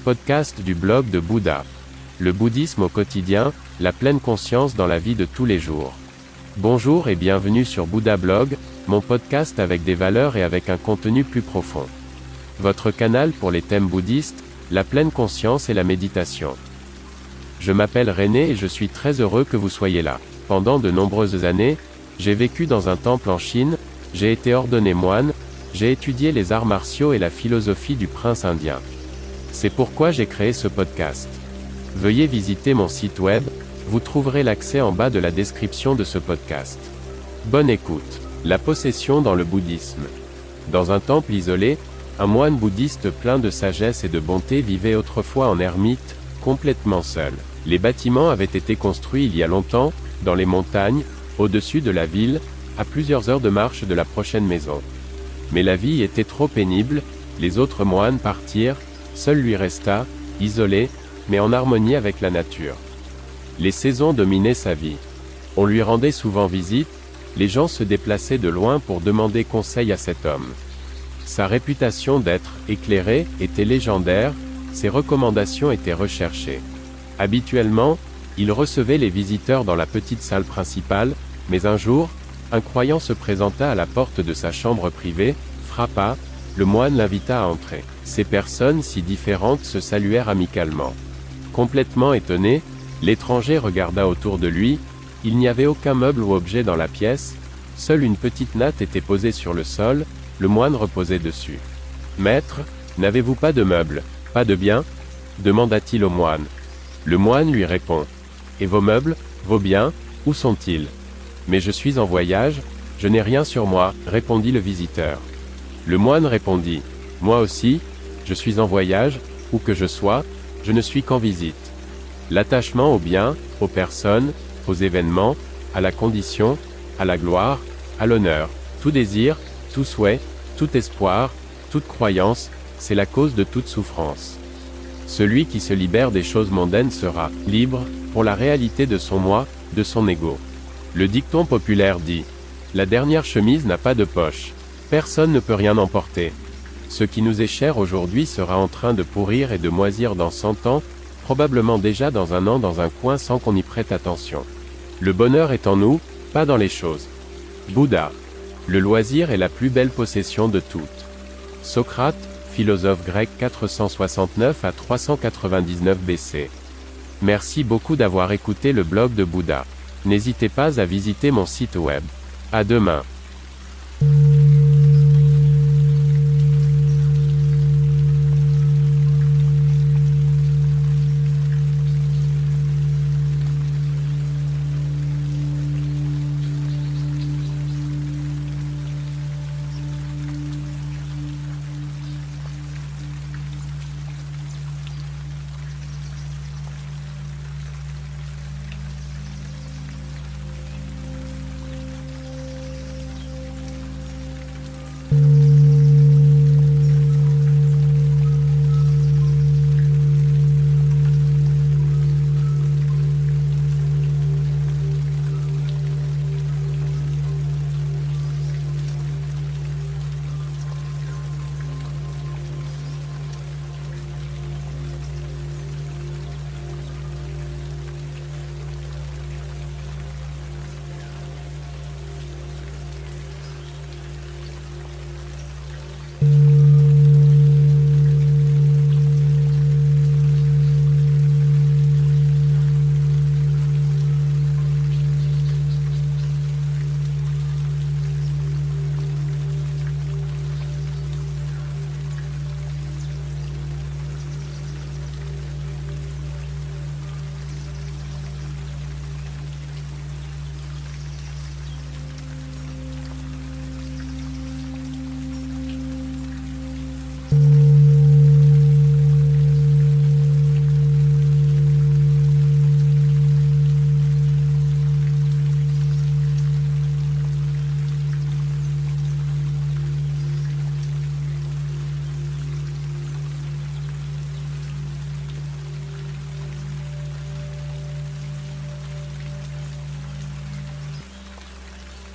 podcast du blog de Bouddha. Le bouddhisme au quotidien, la pleine conscience dans la vie de tous les jours. Bonjour et bienvenue sur Bouddha Blog, mon podcast avec des valeurs et avec un contenu plus profond. Votre canal pour les thèmes bouddhistes, la pleine conscience et la méditation. Je m'appelle René et je suis très heureux que vous soyez là. Pendant de nombreuses années, j'ai vécu dans un temple en Chine, j'ai été ordonné moine, j'ai étudié les arts martiaux et la philosophie du prince indien. C'est pourquoi j'ai créé ce podcast. Veuillez visiter mon site web, vous trouverez l'accès en bas de la description de ce podcast. Bonne écoute. La possession dans le bouddhisme. Dans un temple isolé, un moine bouddhiste plein de sagesse et de bonté vivait autrefois en ermite, complètement seul. Les bâtiments avaient été construits il y a longtemps, dans les montagnes, au-dessus de la ville, à plusieurs heures de marche de la prochaine maison. Mais la vie était trop pénible, les autres moines partirent, seul lui resta, isolé, mais en harmonie avec la nature. Les saisons dominaient sa vie. On lui rendait souvent visite, les gens se déplaçaient de loin pour demander conseil à cet homme. Sa réputation d'être éclairé était légendaire, ses recommandations étaient recherchées. Habituellement, il recevait les visiteurs dans la petite salle principale, mais un jour, un croyant se présenta à la porte de sa chambre privée, frappa, le moine l'invita à entrer. Ces personnes si différentes se saluèrent amicalement. Complètement étonné, l'étranger regarda autour de lui, il n'y avait aucun meuble ou objet dans la pièce, seule une petite natte était posée sur le sol, le moine reposait dessus. « Maître, n'avez-vous pas de meubles, pas de biens ?» demanda-t-il au moine. Le moine lui répond. « Et vos meubles, vos biens, où sont-ils ? » « Mais je suis en voyage, je n'ai rien sur moi, » répondit le visiteur. Le moine répondit. « Moi aussi, je suis en voyage, où que je sois, je ne suis qu'en visite. » L'attachement aux biens, aux personnes, aux événements, à la condition, à la gloire, à l'honneur, tout désir, tout souhait, tout espoir, toute croyance, c'est la cause de toute souffrance. Celui qui se libère des choses mondaines sera libre, pour la réalité de son moi, de son ego. Le dicton populaire dit « La dernière chemise n'a pas de poche. Personne ne peut rien emporter. Ce qui nous est cher aujourd'hui sera en train de pourrir et de moisir dans 100 ans, probablement déjà dans un an dans un coin sans qu'on y prête attention. Le bonheur est en nous, pas dans les choses. » Bouddha. Le loisir est la plus belle possession de toutes. Socrate, philosophe grec 469 à 399 BC. Merci beaucoup d'avoir écouté le blog de Bouddha. N'hésitez pas à visiter mon site web. À demain.